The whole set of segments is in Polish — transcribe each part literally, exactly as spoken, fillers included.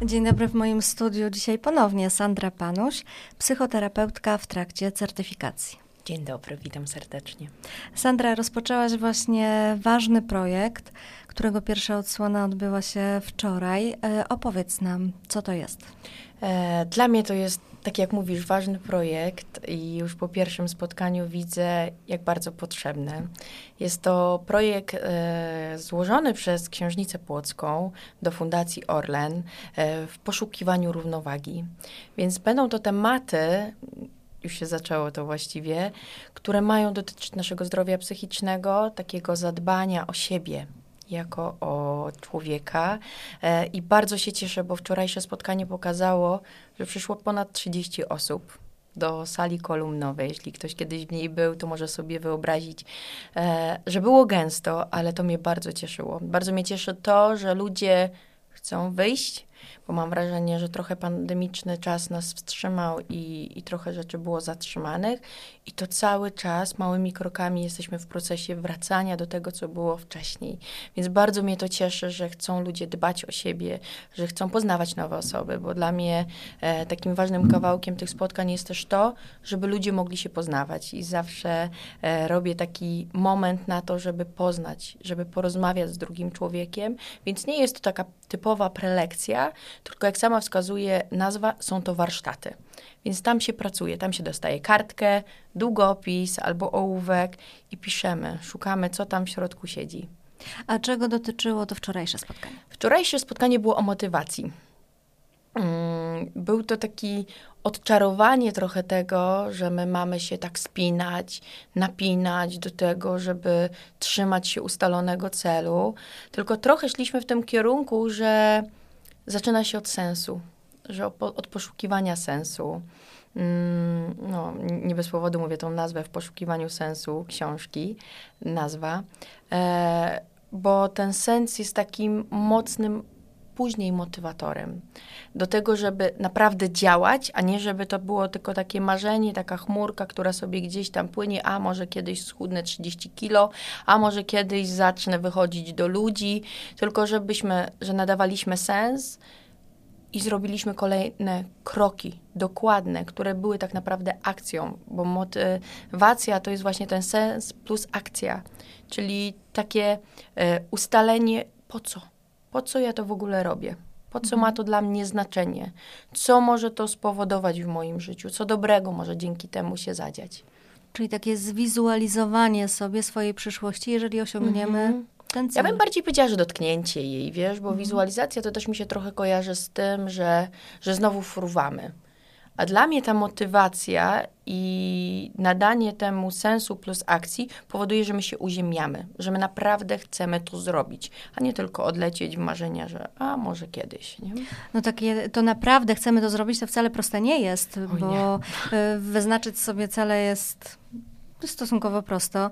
Dzień dobry, w moim studiu dzisiaj ponownie Sandra Panuś, psychoterapeutka w trakcie certyfikacji. Dzień dobry, witam serdecznie. Sandra, rozpoczęłaś właśnie ważny projekt, którego pierwsza odsłona odbyła się wczoraj. E, opowiedz nam, co to jest? E, dla mnie to jest, tak jak mówisz, ważny projekt i już po pierwszym spotkaniu widzę, jak bardzo potrzebny. Jest to projekt e, złożony przez Księżnicę Płocką do Fundacji Orlen e, w poszukiwaniu równowagi. Więc będą to tematy, już się zaczęło to właściwie, które mają dotyczyć naszego zdrowia psychicznego, takiego zadbania o siebie jako o człowieka. E, I bardzo się cieszę, bo wczorajsze spotkanie pokazało, że przyszło ponad trzydzieści osób do sali kolumnowej. Jeśli ktoś kiedyś w niej był, to może sobie wyobrazić, e, że było gęsto, ale to mnie bardzo cieszyło. Bardzo mnie cieszy to, że ludzie chcą wyjść, bo mam wrażenie, że trochę pandemiczny czas nas wstrzymał i, i trochę rzeczy było zatrzymanych i to cały czas małymi krokami jesteśmy w procesie wracania do tego, co było wcześniej. Więc bardzo mnie to cieszy, że chcą ludzie dbać o siebie, że chcą poznawać nowe osoby, bo dla mnie e, takim ważnym kawałkiem tych spotkań jest też to, żeby ludzie mogli się poznawać i zawsze e, robię taki moment na to, żeby poznać, żeby porozmawiać z drugim człowiekiem, więc nie jest to taka typowa prelekcja, tylko jak sama wskazuje nazwa, są to warsztaty. Więc tam się pracuje, tam się dostaje kartkę, długopis albo ołówek i piszemy, szukamy, co tam w środku siedzi. A czego dotyczyło to wczorajsze spotkanie? Wczorajsze spotkanie było o motywacji. Był to taki odczarowanie trochę tego, że my mamy się tak spinać, napinać do tego, żeby trzymać sięustalonego celu. Tylko trochę szliśmy w tym kierunku, że zaczyna się od sensu, że od poszukiwania sensu. No, nie bez powodu mówię tą nazwę w poszukiwaniu sensu książki, nazwa, bo ten sens jest takim mocnym później motywatorem do tego, żeby naprawdę działać, a nie żeby to było tylko takie marzenie, taka chmurka, która sobie gdzieś tam płynie, a może kiedyś schudnę trzydzieści kilo, a może kiedyś zacznę wychodzić do ludzi, tylko żebyśmy, że nadawaliśmy sens i zrobiliśmy kolejne kroki dokładne, które były tak naprawdę akcją, bo motywacja to jest właśnie ten sens plus akcja, czyli takie e, ustalenie po co. Po co ja to w ogóle robię? Po co ma to dla mnie znaczenie? Co może to spowodować w moim życiu? Co dobrego może dzięki temu się zadziać? Czyli takie zwizualizowanie sobie swojej przyszłości, jeżeli osiągniemy mm-hmm. ten cel. Ja bym bardziej powiedziała, że dotknięcie jej, wiesz, bo mm-hmm. wizualizacja to też mi się trochę kojarzy z tym, że, że znowu fruwamy. A dla mnie ta motywacja i nadanie temu sensu plus akcji powoduje, że my się uziemiamy, że my naprawdę chcemy to zrobić, a nie tylko odlecieć w marzenia, że a może kiedyś. Nie? No takie, to naprawdę chcemy to zrobić, to wcale proste nie jest, Oj, bo nie. wyznaczyć sobie cele jest stosunkowo prosto,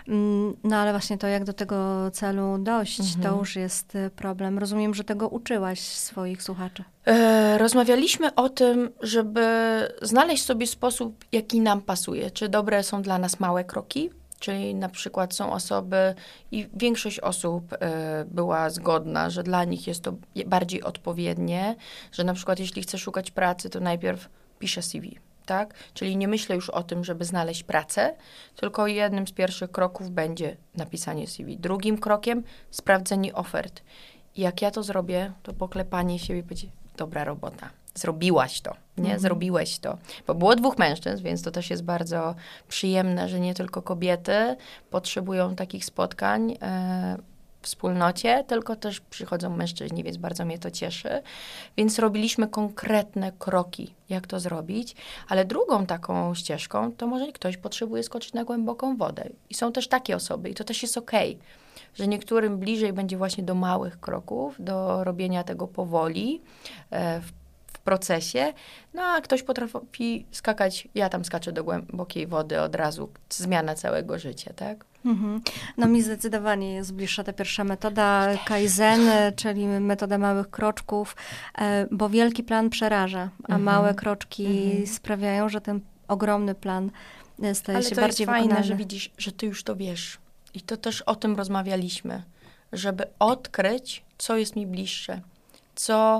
no ale właśnie to, jak do tego celu dojść, mhm. to już jest problem. Rozumiem, że tego uczyłaś swoich słuchaczy. E, rozmawialiśmy o tym, żeby znaleźć sobie sposób, jaki nam pasuje. Czy dobre są dla nas małe kroki, czyli na przykład są osoby i większość osób e, była zgodna, że dla nich jest to bardziej odpowiednie, że na przykład jeśli chcę szukać pracy, to najpierw piszę C V. Tak? Czyli nie myślę już o tym, żeby znaleźć pracę, tylko jednym z pierwszych kroków będzie napisanie C V. Drugim krokiem sprawdzenie ofert. I jak ja to zrobię, to poklepanie siebie będzie dobra robota. Zrobiłaś to, nie? Mhm. Zrobiłeś to. Bo było dwóch mężczyzn, więc to też jest bardzo przyjemne, że nie tylko kobiety potrzebują takich spotkań e, w wspólnocie, tylko też przychodzą mężczyźni, więc bardzo mnie to cieszy. Więc robiliśmy konkretne kroki, jak to zrobić, ale drugą taką ścieżką, to może ktoś potrzebuje skoczyć na głęboką wodę. I są też takie osoby i to też jest okej, że niektórym bliżej będzie właśnie do małych kroków, do robienia tego powoli, e, w procesie, no a ktoś potrafi skakać, ja tam skaczę do głębokiej wody od razu, zmiana całego życia, tak? Mhm. No mi zdecydowanie jest bliższa ta pierwsza metoda Kaizen, czyli metoda małych kroczków, bo wielki plan przeraża, a mhm. małe kroczki mhm. sprawiają, że ten ogromny plan staje Ale się to bardziej jest fajne, wykonalny. że widzisz, że ty już to wiesz. I to też o tym rozmawialiśmy, żeby odkryć, co jest mi bliższe, co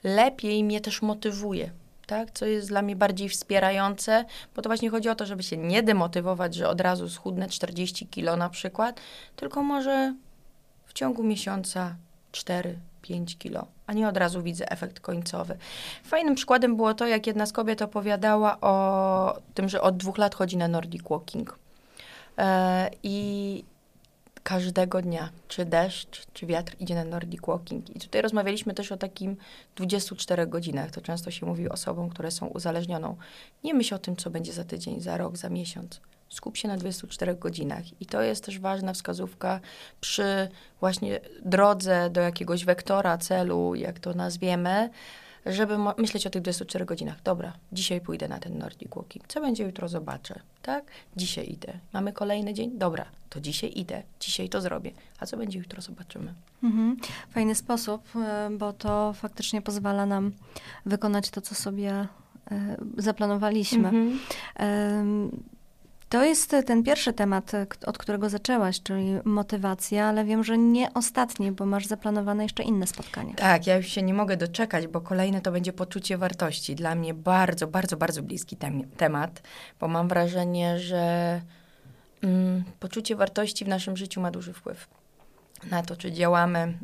lepiej mnie też motywuje, tak? Co jest dla mnie bardziej wspierające, bo to właśnie chodzi o to, żeby się nie demotywować, że od razu schudnę czterdzieści kilo na przykład, tylko może w ciągu miesiąca cztery pięć kilo, a nie od razu widzę efekt końcowy. Fajnym przykładem było to, jak jedna z kobiet opowiadała o tym, że od dwóch lat chodzi na Nordic Walking. E, I każdego dnia, czy deszcz, czy wiatr, idzie na Nordic Walking. I tutaj rozmawialiśmy też o takim dwudziestu czterech godzinach. To często się mówi osobom, które są uzależnioną. Nie myśl o tym, co będzie za tydzień, za rok, za miesiąc. Skup się na dwudziestu czterech godzinach. I to jest też ważna wskazówka przy właśnie drodze do jakiegoś wektora, celu, jak to nazwiemy, żeby mo- myśleć o tych dwudziestu czterech godzinach. Dobra, dzisiaj pójdę na ten Nordic Walking. Co będzie jutro, zobaczę. Tak? Dzisiaj idę. Mamy kolejny dzień? Dobra, to dzisiaj idę. Dzisiaj to zrobię. A co będzie jutro, zobaczymy. Mhm. Fajny sposób, bo to faktycznie pozwala nam wykonać to, co sobie zaplanowaliśmy. Mhm. To jest ten pierwszy temat, od którego zaczęłaś, czyli motywacja, ale wiem, że nie ostatni, bo masz zaplanowane jeszcze inne spotkania. Tak, ja już się nie mogę doczekać, bo kolejne to będzie poczucie wartości. Dla mnie bardzo, bardzo, bardzo bliski tem- temat, bo mam wrażenie, że mm, poczucie wartości w naszym życiu ma duży wpływ na to, czy działamy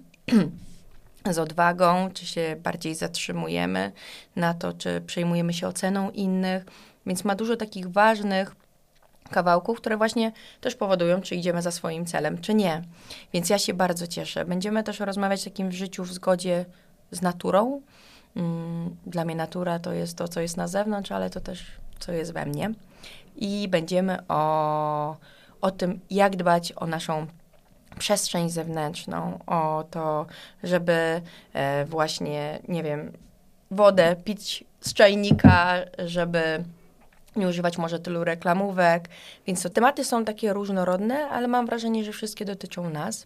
z odwagą, czy się bardziej zatrzymujemy, na to, czy przejmujemy się oceną innych. Więc ma dużo takich ważnych kawałków, które właśnie też powodują, czy idziemy za swoim celem, czy nie. Więc ja się bardzo cieszę. Będziemy też rozmawiać o takim życiu w zgodzie z naturą. Dla mnie natura to jest to, co jest na zewnątrz, ale to też, co jest we mnie. I będziemy o, o tym, jak dbać o naszą przestrzeń zewnętrzną, o to, żeby e, właśnie, nie wiem, wodę pić z czajnika, żeby nie używać może tylu reklamówek. Więc to tematy są takie różnorodne, ale mam wrażenie, że wszystkie dotyczą nas.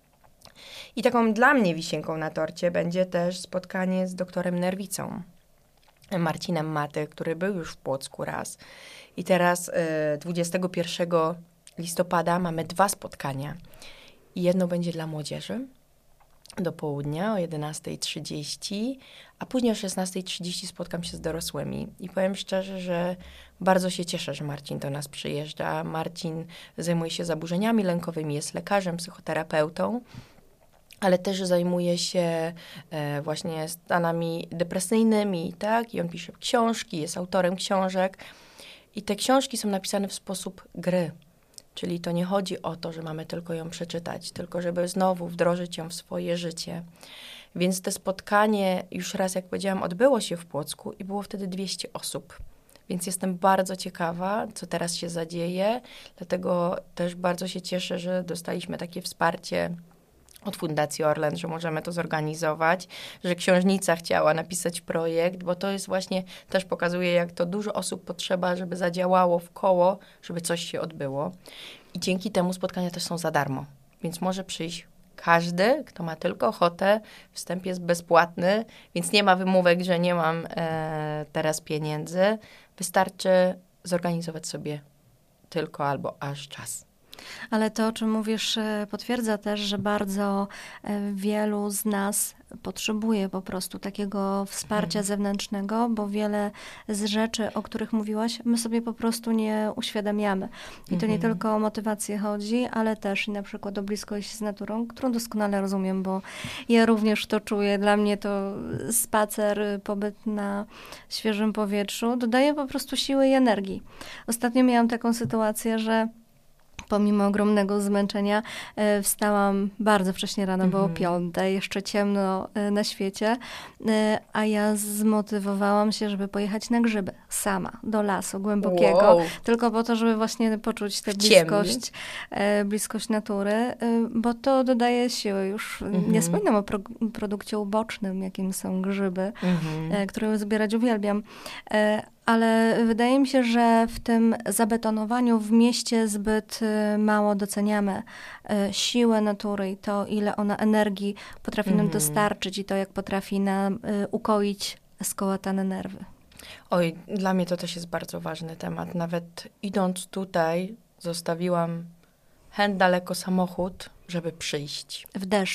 I taką dla mnie wisienką na torcie będzie też spotkanie z doktorem Nerwicą, Marcinem Maty, który był już w Płocku raz. I teraz y, dwudziestego pierwszego listopada mamy dwa spotkania. I jedno będzie dla młodzieży do południa o jedenastej trzydzieści, a później o szesnastej trzydzieści spotkam się z dorosłymi. I powiem szczerze, że bardzo się cieszę, że Marcin do nas przyjeżdża. Marcin zajmuje się zaburzeniami lękowymi, jest lekarzem, psychoterapeutą, ale też zajmuje się e, właśnie stanami depresyjnymi, tak? I on pisze książki, jest autorem książek. I te książki są napisane w sposób gry. Czyli to nie chodzi o to, że mamy tylko ją przeczytać, tylko żeby znowu wdrożyć ją w swoje życie. Więc to spotkanie, już raz jak powiedziałam, odbyło się w Płocku i było wtedy dwieście osób. Więc jestem bardzo ciekawa, co teraz się zadzieje. Dlatego też bardzo się cieszę, że dostaliśmy takie wsparcie od Fundacji Orlen, że możemy to zorganizować, że księżnica chciała napisać projekt, bo to jest właśnie, też pokazuje, jak to dużo osób potrzeba, żeby zadziałało w koło, żeby coś się odbyło. I dzięki temu spotkania też są za darmo, więc może przyjść każdy, kto ma tylko ochotę. Wstęp jest bezpłatny, więc nie ma wymówek, że nie mam e, teraz pieniędzy. Wystarczy zorganizować sobie tylko albo aż czas. Ale to, o czym mówisz, potwierdza też, że bardzo wielu z nas potrzebuje po prostu takiego wsparcia hmm. zewnętrznego, bo wiele z rzeczy, o których mówiłaś, my sobie po prostu nie uświadamiamy. I to nie hmm. tylko o motywację chodzi, ale też i na przykład o bliskość z naturą, którą doskonale rozumiem, bo ja również to czuję. Dla mnie to spacer, pobyt na świeżym powietrzu dodaje po prostu siły i energii. Ostatnio miałam taką sytuację, że pomimo ogromnego zmęczenia e, wstałam bardzo wcześnie rano, mm-hmm. było piąte, jeszcze ciemno e, na świecie, e, a ja zmotywowałam się, żeby pojechać na grzyby sama, do lasu głębokiego, wow. tylko po to, żeby właśnie poczuć tę bliskość, e, bliskość natury, e, bo to dodaje siły. Już mm-hmm. nie wspominam o pro, produkcie ubocznym, jakim są grzyby, mm-hmm. e, które zbierać uwielbiam, e, ale wydaje mi się, że w tym zabetonowaniu w mieście zbyt mało doceniamy siłę natury i to, ile ona energii potrafi nam mm. dostarczyć i to, jak potrafi nam ukoić skołatane nerwy. Oj, dla mnie to też jest bardzo ważny temat. Nawet idąc tutaj, zostawiłam hen daleko samochód, żeby przyjść. W deszczu.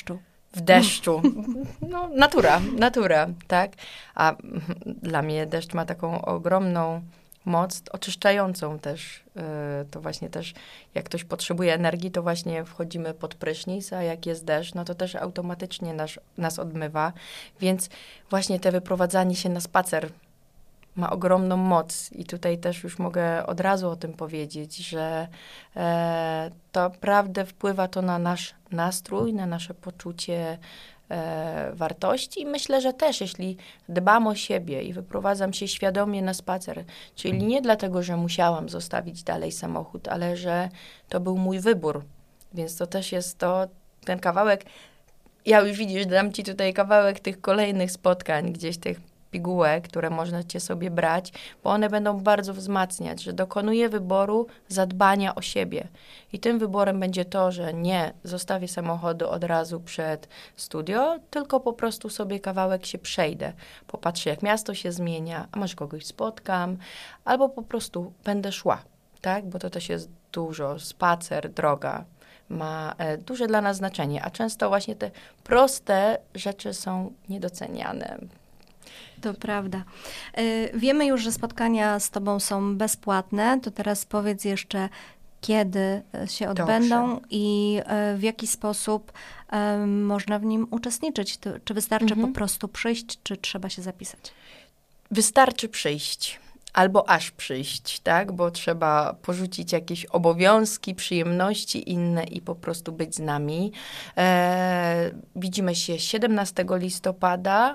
w deszczu. No, natura, natura, tak? A dla mnie deszcz ma taką ogromną moc oczyszczającą też. To właśnie też, jak ktoś potrzebuje energii, to właśnie wchodzimy pod prysznic, a jak jest deszcz, no to też automatycznie nas, nas odmywa. Więc właśnie te wyprowadzanie się na spacer ma ogromną moc i tutaj też już mogę od razu o tym powiedzieć, że e, to naprawdę wpływa to na nasz nastrój, na nasze poczucie e, wartości i myślę, że też jeśli dbam o siebie i wyprowadzam się świadomie na spacer, czyli nie dlatego, że musiałam zostawić dalej samochód, ale że to był mój wybór, więc to też jest to, ten kawałek, ja już widzisz, dam ci tutaj kawałek tych kolejnych spotkań, gdzieś tych pigułek, które możecie sobie brać, bo one będą bardzo wzmacniać, że dokonuję wyboru zadbania o siebie. I tym wyborem będzie to, że nie zostawię samochodu od razu przed studio, tylko po prostu sobie kawałek się przejdę. Popatrzę, jak miasto się zmienia, a może kogoś spotkam, albo po prostu będę szła, tak? Bo to też jest dużo, spacer, droga ma e, duże dla nas znaczenie, a często właśnie te proste rzeczy są niedoceniane. To prawda. Y, wiemy już, że spotkania z tobą są bezpłatne. To teraz powiedz jeszcze, kiedy się odbędą Dobrze. i y, w jaki sposób y, można w nim uczestniczyć. To, czy wystarczy mhm. po prostu przyjść, czy trzeba się zapisać? Wystarczy przyjść. Albo aż przyjść, tak? Bo trzeba porzucić jakieś obowiązki, przyjemności inne i po prostu być z nami. E, widzimy się siedemnastego listopada,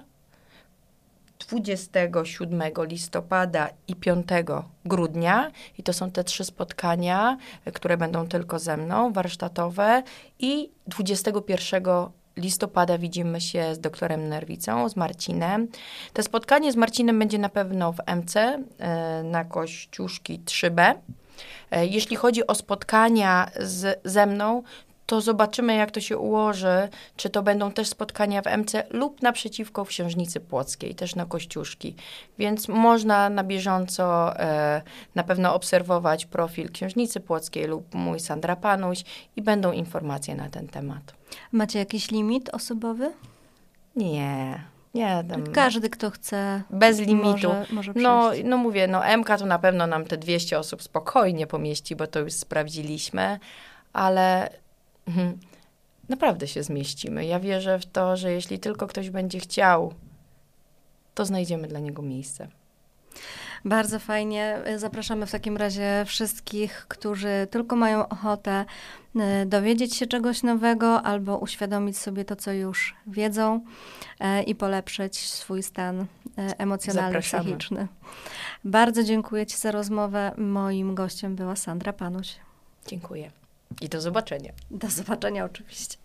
dwudziestego siódmego listopada i piątego grudnia. I to są te trzy spotkania, które będą tylko ze mną, warsztatowe. I dwudziestego pierwszego listopada widzimy się z doktorem Nerwicą, z Marcinem. To spotkanie z Marcinem będzie na pewno w M C na Kościuszki trzy B. Jeśli chodzi o spotkania z, ze mną, to zobaczymy, jak to się ułoży, czy to będą też spotkania w M C lub naprzeciwko w Książnicy Płockiej, też na Kościuszki. Więc można na bieżąco e, na pewno obserwować profil Książnicy Płockiej lub mój Sandra Panuś i będą informacje na ten temat. Macie jakiś limit osobowy? Nie. Nie, tam każdy, kto chce, bez limitu. Może, może no, no mówię, no M K to na pewno nam te dwieście osób spokojnie pomieści, bo to już sprawdziliśmy, ale mhm, naprawdę się zmieścimy. Ja wierzę w to, że jeśli tylko ktoś będzie chciał, to znajdziemy dla niego miejsce. Bardzo fajnie. Zapraszamy w takim razie wszystkich, którzy tylko mają ochotę dowiedzieć się czegoś nowego albo uświadomić sobie to, co już wiedzą i polepszyć swój stan emocjonalny, Zapraszamy. psychiczny. Bardzo dziękuję ci za rozmowę. Moim gościem była Sandra Panuś. Dziękuję. I do zobaczenia. Do zobaczenia oczywiście.